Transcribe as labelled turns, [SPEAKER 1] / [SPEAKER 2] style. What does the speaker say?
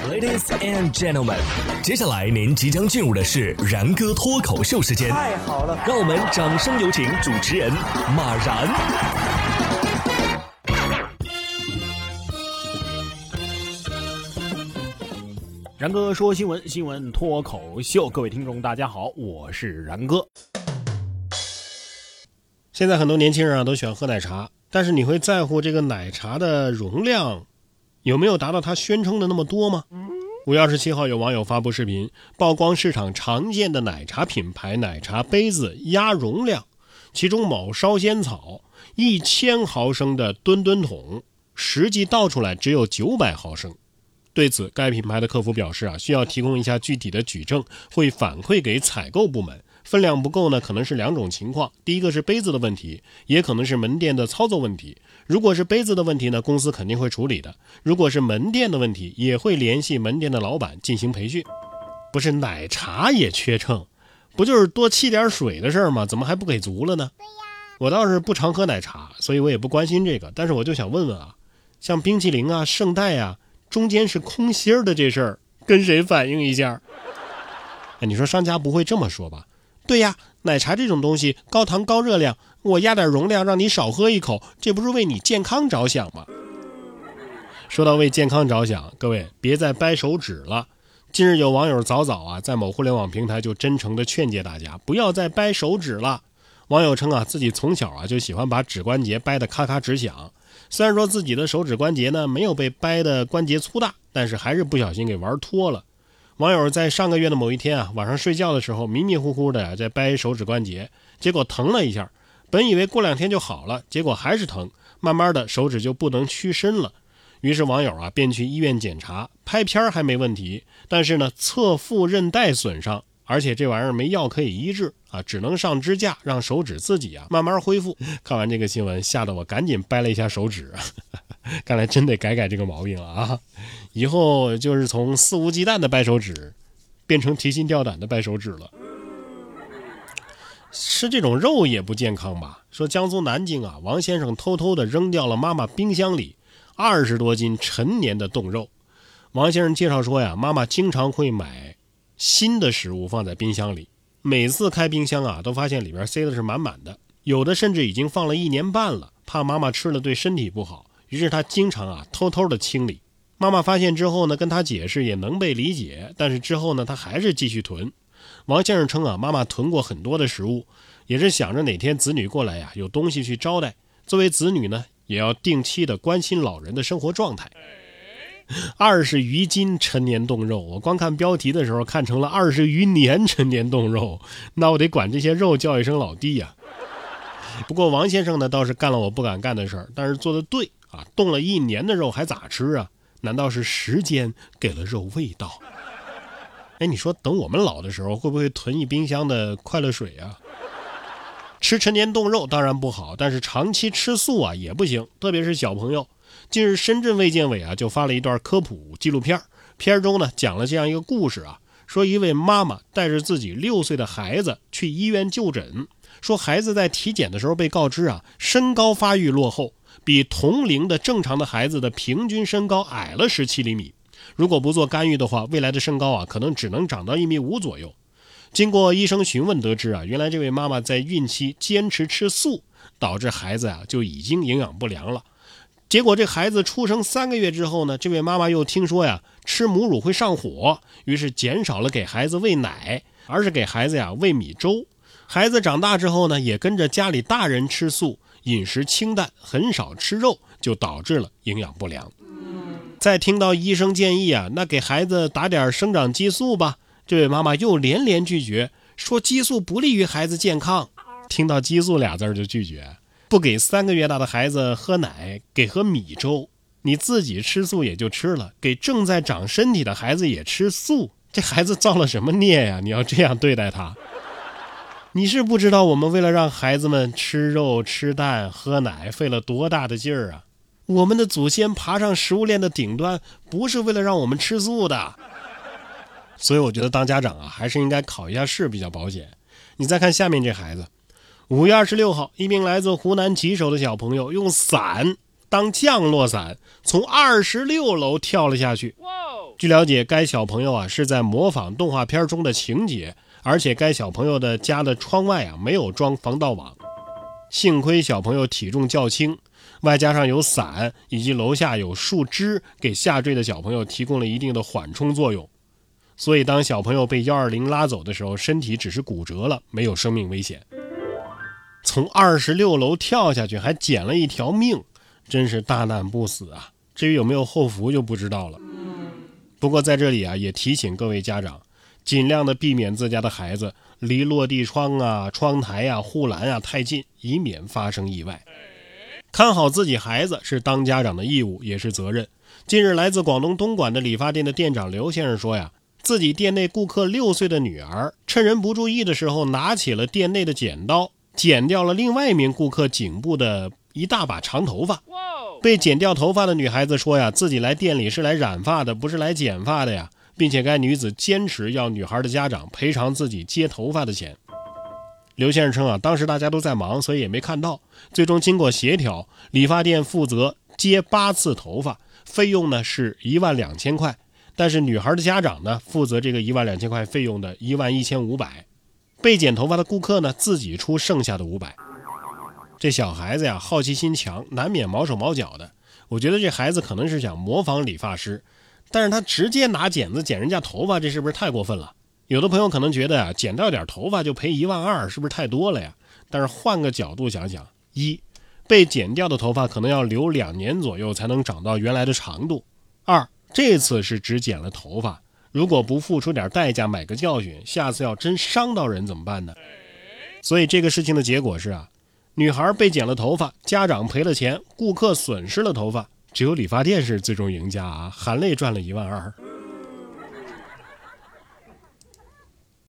[SPEAKER 1] Ladies and gentlemen， 接下来您即将进入的是然哥脱口秀时间。
[SPEAKER 2] 太好了，
[SPEAKER 1] 让我们掌声有请主持人马然。
[SPEAKER 3] 然哥说新闻，新闻脱口秀，各位听众大家好，我是然哥。
[SPEAKER 4] 现在很多年轻人都喜欢喝奶茶，但是你会在乎这个奶茶的容量有没有达到他宣称的那么多吗？5月27号，有网友发布视频，曝光市场常见的奶茶品牌奶茶杯子压容量，其中某烧仙草1000毫升的吨吨桶，实际倒出来只有900毫升。对此，该品牌的客服表示需要提供一下具体的举证，会反馈给采购部门。分量不够呢，可能是2种情况，第一个是杯子的问题，也可能是门店的操作问题。如果是杯子的问题呢，公司肯定会处理的；如果是门店的问题，也会联系门店的老板进行培训。不是奶茶也缺秤，不就是多沏点水的事儿吗？怎么还不给足了呢？我倒是不常喝奶茶，所以我也不关心这个，但是我就想问问像冰淇淋圣代中间是空心儿的这事儿，跟谁反映一下？你说商家不会这么说吧？对呀，奶茶这种东西高糖高热量，我压点容量让你少喝一口，这不是为你健康着想吗？说到为健康着想，各位别再掰手指了。近日有网友早在某互联网平台就真诚地劝诫大家不要再掰手指了。网友称自己从小就喜欢把指关节掰得咔咔直响，虽然说自己的手指关节呢没有被掰的关节粗大，但是还是不小心给玩脱了。网友在上个月的某一天晚上睡觉的时候迷迷糊糊的在掰手指关节，结果疼了一下，本以为过2天就好了，结果还是疼，慢慢的手指就不能屈伸了。于是网友便去医院检查，拍片还没问题，但是呢侧副韧带损伤，而且这玩意儿没药可以医治只能上支架，让手指自己慢慢恢复。看完这个新闻，吓得我赶紧掰了一下手指看来真得改这个毛病了以后就是从肆无忌惮的掰手指变成提心吊胆的掰手指了。吃这种肉也不健康吧？说江苏南京王先生偷偷的扔掉了妈妈冰箱里20多斤陈年的冻肉。王先生介绍说妈妈经常会买新的食物放在冰箱里，每次开冰箱都发现里边塞的是满满的，有的甚至已经放了1年半了，怕妈妈吃了对身体不好，于是他经常偷偷的清理。妈妈发现之后呢，跟他解释也能被理解，但是之后呢，他还是继续囤。王先生称妈妈囤过很多的食物，也是想着哪天子女过来有东西去招待。作为子女呢，也要定期的关心老人的生活状态。20余斤陈年冻肉，我光看标题的时候看成了20余年陈年冻肉，那我得管这些肉叫一声老弟不过王先生呢，倒是干了我不敢干的事儿，但是做得对冻了1年的肉还咋吃难道是时间给了肉味道？你说等我们老的时候会不会囤一冰箱的快乐水吃陈年冻肉当然不好，但是长期吃素也不行，特别是小朋友。近日深圳卫健委就发了一段科普纪录片，片中呢讲了这样一个故事说一位妈妈带着自己6岁的孩子去医院就诊，说孩子在体检的时候被告知身高发育落后，比同龄的正常的孩子的平均身高矮了17厘米，如果不做干预的话，未来的身高可能只能长到1.5米左右。经过医生询问得知原来这位妈妈在孕期坚持吃素，导致孩子就已经营养不良了。结果这孩子出生3个月之后呢，这位妈妈又听说吃母乳会上火，于是减少了给孩子喂奶，而是给孩子喂米粥。孩子长大之后呢，也跟着家里大人吃素，饮食清淡，很少吃肉，就导致了营养不良。再听到医生建议那给孩子打点生长激素吧，这位妈妈又连连拒绝，说激素不利于孩子健康。听到激素俩字就拒绝，不给3个月大的孩子喝奶，给喝米粥。你自己吃素也就吃了，给正在长身体的孩子也吃素，这孩子造了什么孽呀？你要这样对待他？你是不知道我们为了让孩子们吃肉吃蛋喝奶费了多大的劲儿我们的祖先爬上食物链的顶端，不是为了让我们吃素的。所以我觉得当家长还是应该考一下试比较保险。你再看下面这孩子，5月26号，一名来自湖南吉首的小朋友用伞当降落伞，从26楼跳了下去。 据了解，该小朋友是在模仿动画片中的情节，而且该小朋友的家的窗外没有装防盗网。幸亏小朋友体重较轻，外加上有伞以及楼下有树枝，给下坠的小朋友提供了一定的缓冲作用。所以当小朋友被120拉走的时候，身体只是骨折了，没有生命危险。从26楼跳下去还捡了一条命，真是大难不死啊！至于有没有后福就不知道了。不过在这里也提醒各位家长，尽量的避免自家的孩子离落地窗窗台护栏太近，以免发生意外。看好自己孩子是当家长的义务，也是责任。近日来自广东东莞的理发店的店长刘先生说自己店内顾客6岁的女儿趁人不注意的时候，拿起了店内的剪刀，剪掉了另外一名顾客颈部的一大把长头发。被剪掉头发的女孩子说自己来店里是来染发的，不是来剪发的呀，并且该女子坚持要女孩的家长赔偿自己接头发的钱。刘先生称当时大家都在忙，所以也没看到。最终经过协调，理发店负责接8次头发，费用呢是12000块，但是女孩的家长呢负责这个12000块费用的11500，被剪头发的顾客呢自己出剩下的500。这小孩子好奇心强，难免毛手毛脚的。我觉得这孩子可能是想模仿理发师，但是他直接拿剪子剪人家头发，这是不是太过分了？有的朋友可能觉得剪掉点头发就赔12000，是不是太多了呀？但是换个角度想想，被剪掉的头发可能要留2年左右才能长到原来的长度。这次是只剪了头发，如果不付出点代价买个教训，下次要真伤到人怎么办呢？所以这个事情的结果是女孩被剪了头发，家长赔了钱，顾客损失了头发，只有理发店是最终赢家含泪赚了12000。